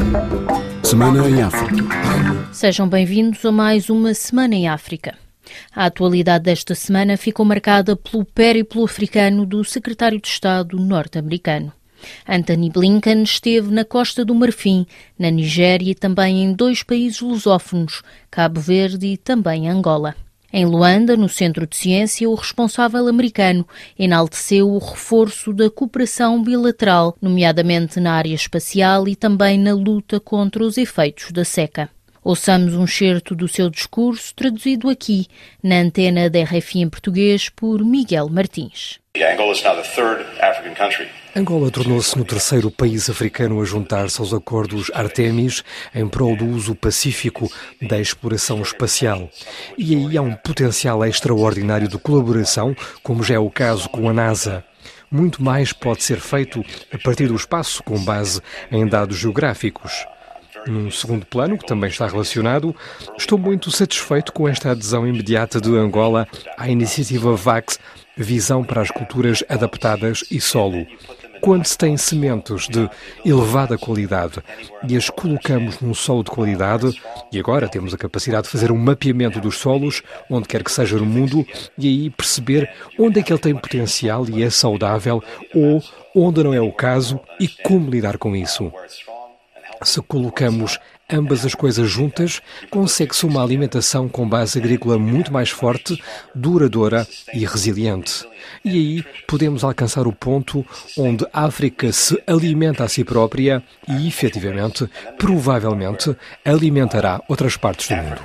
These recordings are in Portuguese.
Semana em África. Sejam bem-vindos a mais uma Semana em África. A atualidade desta semana ficou marcada pelo périplo africano do secretário de Estado norte-americano. Anthony Blinken esteve na Costa do Marfim, na Nigéria e também em 2 países lusófonos, Cabo Verde e também Angola. Em Luanda, no Centro de Ciência, o responsável americano enalteceu o reforço da cooperação bilateral, nomeadamente na área espacial e também na luta contra os efeitos da seca. Ouçamos um excerto do seu discurso, traduzido aqui, na antena da RFI em português, por Miguel Martins. Angola tornou-se no 3º país africano a juntar-se aos acordos Artemis em prol do uso pacífico da exploração espacial. E aí há um potencial extraordinário de colaboração, como já é o caso com a NASA. Muito mais pode ser feito a partir do espaço, com base em dados geográficos. Num segundo plano, que também está relacionado, estou muito satisfeito com esta adesão imediata de Angola à iniciativa VAX, Visão para as Culturas Adaptadas e Solo. Quando se tem sementes de elevada qualidade e as colocamos num solo de qualidade, e agora temos a capacidade de fazer um mapeamento dos solos, onde quer que seja no mundo, e aí perceber onde é que ele tem potencial e é saudável, ou onde não é o caso, e como lidar com isso. Se colocamos ambas as coisas juntas, consegue-se uma alimentação com base agrícola muito mais forte, duradoura e resiliente. E aí podemos alcançar o ponto onde a África se alimenta a si própria e, efetivamente, provavelmente, alimentará outras partes do mundo.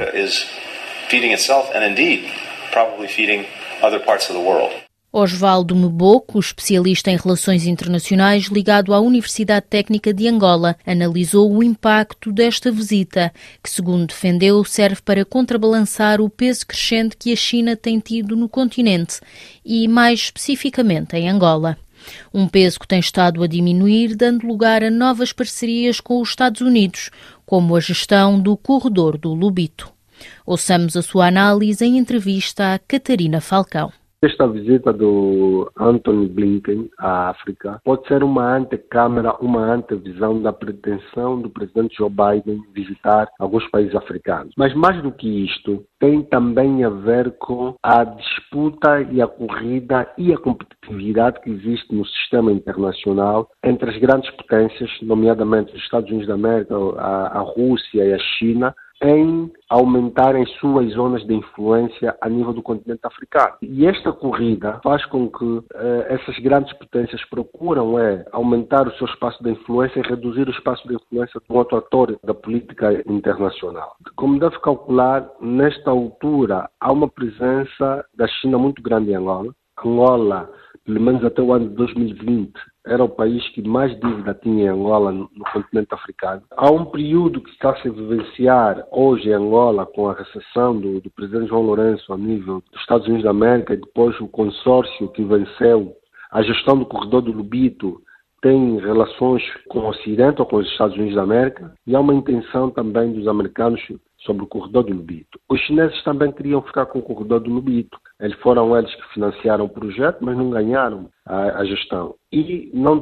Osvaldo Meboco, especialista em relações internacionais ligado à Universidade Técnica de Angola, analisou o impacto desta visita, que, segundo defendeu, serve para contrabalançar o peso crescente que a China tem tido no continente e, mais especificamente, em Angola. Um peso que tem estado a diminuir, dando lugar a novas parcerias com os Estados Unidos, como a gestão do corredor do Lobito. Ouçamos a sua análise em entrevista a Catarina Falcão. Esta visita do Anthony Blinken à África pode ser uma antecâmara, uma antevisão da pretensão do presidente Joe Biden visitar alguns países africanos. Mas mais do que isto, tem também a ver com a disputa e a corrida e a competitividade que existe no sistema internacional entre as grandes potências, nomeadamente os Estados Unidos da América, a Rússia e a China, em aumentarem suas zonas de influência a nível do continente africano. E esta corrida faz com que essas grandes potências procuram aumentar o seu espaço de influência e reduzir o espaço de influência de um outro ator da política internacional. Como deve calcular, nesta altura há uma presença da China muito grande em Angola. Angola, pelo menos até o ano de 2020, era o país que mais dívida tinha em Angola no continente africano. Há um período que está a se vivenciar hoje em Angola com a recessão do presidente João Lourenço a nível dos Estados Unidos da América e depois o consórcio que venceu a gestão do corredor do Lobito tem relações com o Ocidente ou com os Estados Unidos da América e há uma intenção também dos americanos sobre o corredor do Lobito. Os chineses também queriam ficar com o corredor do Lobito. Foram eles que financiaram o projeto, mas não ganharam a gestão. E não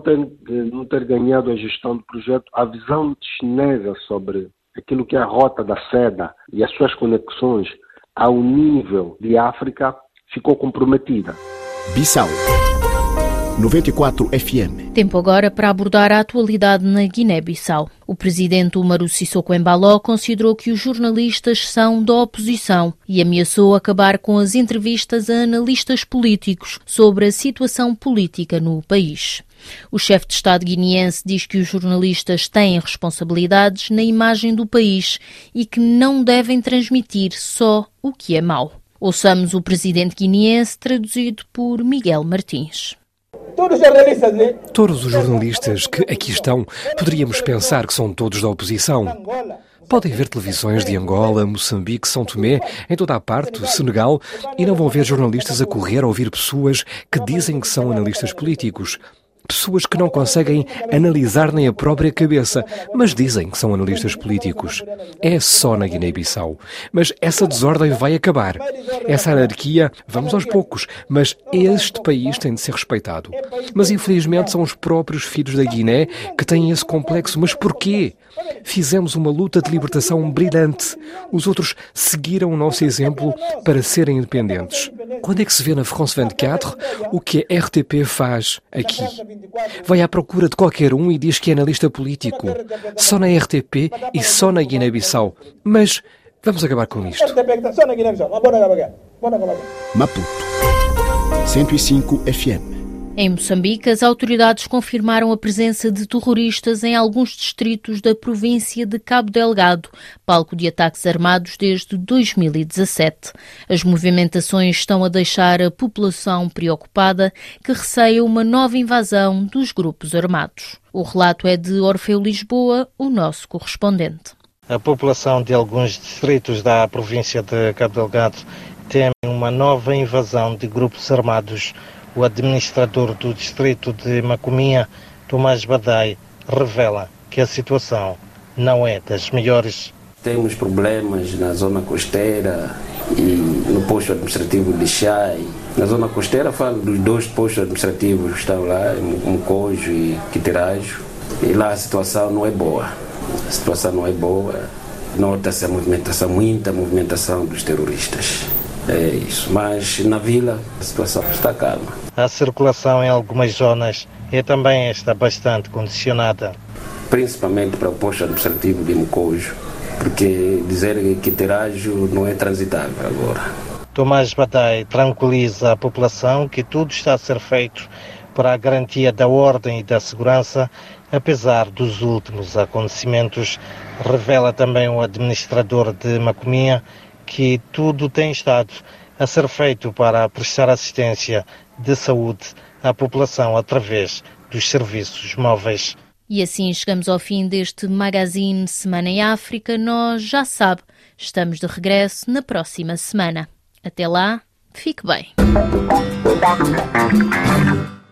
ter ganhado a gestão do projeto, a visão chinesa sobre aquilo que é a rota da seda e as suas conexões ao nível de África ficou comprometida. Bissau 94 FM. Tempo agora para abordar a atualidade na Guiné-Bissau. O presidente Umaru Sissoko Embaló considerou que os jornalistas são da oposição e ameaçou acabar com as entrevistas a analistas políticos sobre a situação política no país. O chefe de Estado guineense diz que os jornalistas têm responsabilidades na imagem do país e que não devem transmitir só o que é mau. Ouçamos o presidente guineense, traduzido por Miguel Martins. Todos os jornalistas que aqui estão, poderíamos pensar que são todos da oposição. Podem ver televisões de Angola, Moçambique, São Tomé, em toda a parte, Senegal, e não vão ver jornalistas a correr a ouvir pessoas que dizem que são analistas políticos. Pessoas que não conseguem analisar nem a própria cabeça, mas dizem que são analistas políticos. É só na Guiné-Bissau. Mas essa desordem vai acabar. Essa anarquia, vamos aos poucos, mas este país tem de ser respeitado. Mas infelizmente são os próprios filhos da Guiné que têm esse complexo. Mas porquê? Fizemos uma luta de libertação brilhante. Os outros seguiram o nosso exemplo para serem independentes. Quando é que se vê na France 24 o que a RTP faz aqui? Vai à procura de qualquer um e diz que é analista político. Só na RTP e só na Guiné-Bissau. Mas vamos acabar com isto. Maputo 105 FM. Em Moçambique, as autoridades confirmaram a presença de terroristas em alguns distritos da província de Cabo Delgado, palco de ataques armados desde 2017. As movimentações estão a deixar a população preocupada, que receia uma nova invasão dos grupos armados. O relato é de Orfeu Lisboa, o nosso correspondente. A população de alguns distritos da província de Cabo Delgado teme uma nova invasão de grupos armados. O administrador do distrito de Macomia, Tomás Badai, revela que a situação não é das melhores. Temos problemas na zona costeira e no posto administrativo de Chai. Na zona costeira, falo dos 2 postos administrativos que estão lá, Mocojo e Quiterajo. E lá a situação não é boa. A situação não é boa. Nota-se muita movimentação dos terroristas. É isso. Mas na vila a situação está calma. A circulação em algumas zonas é também esta bastante condicionada. Principalmente para o posto administrativo de Mocojo, porque dizer que Quiterajo não é transitável agora. Tomás Badai tranquiliza a população que tudo está a ser feito para a garantia da ordem e da segurança, apesar dos últimos acontecimentos. Revela também o administrador de Macomia que tudo tem estado a ser feito para prestar assistência de saúde à população através dos serviços móveis. E assim chegamos ao fim deste Magazine Semana em África. Nós, já sabe, estamos de regresso na próxima semana. Até lá, fique bem.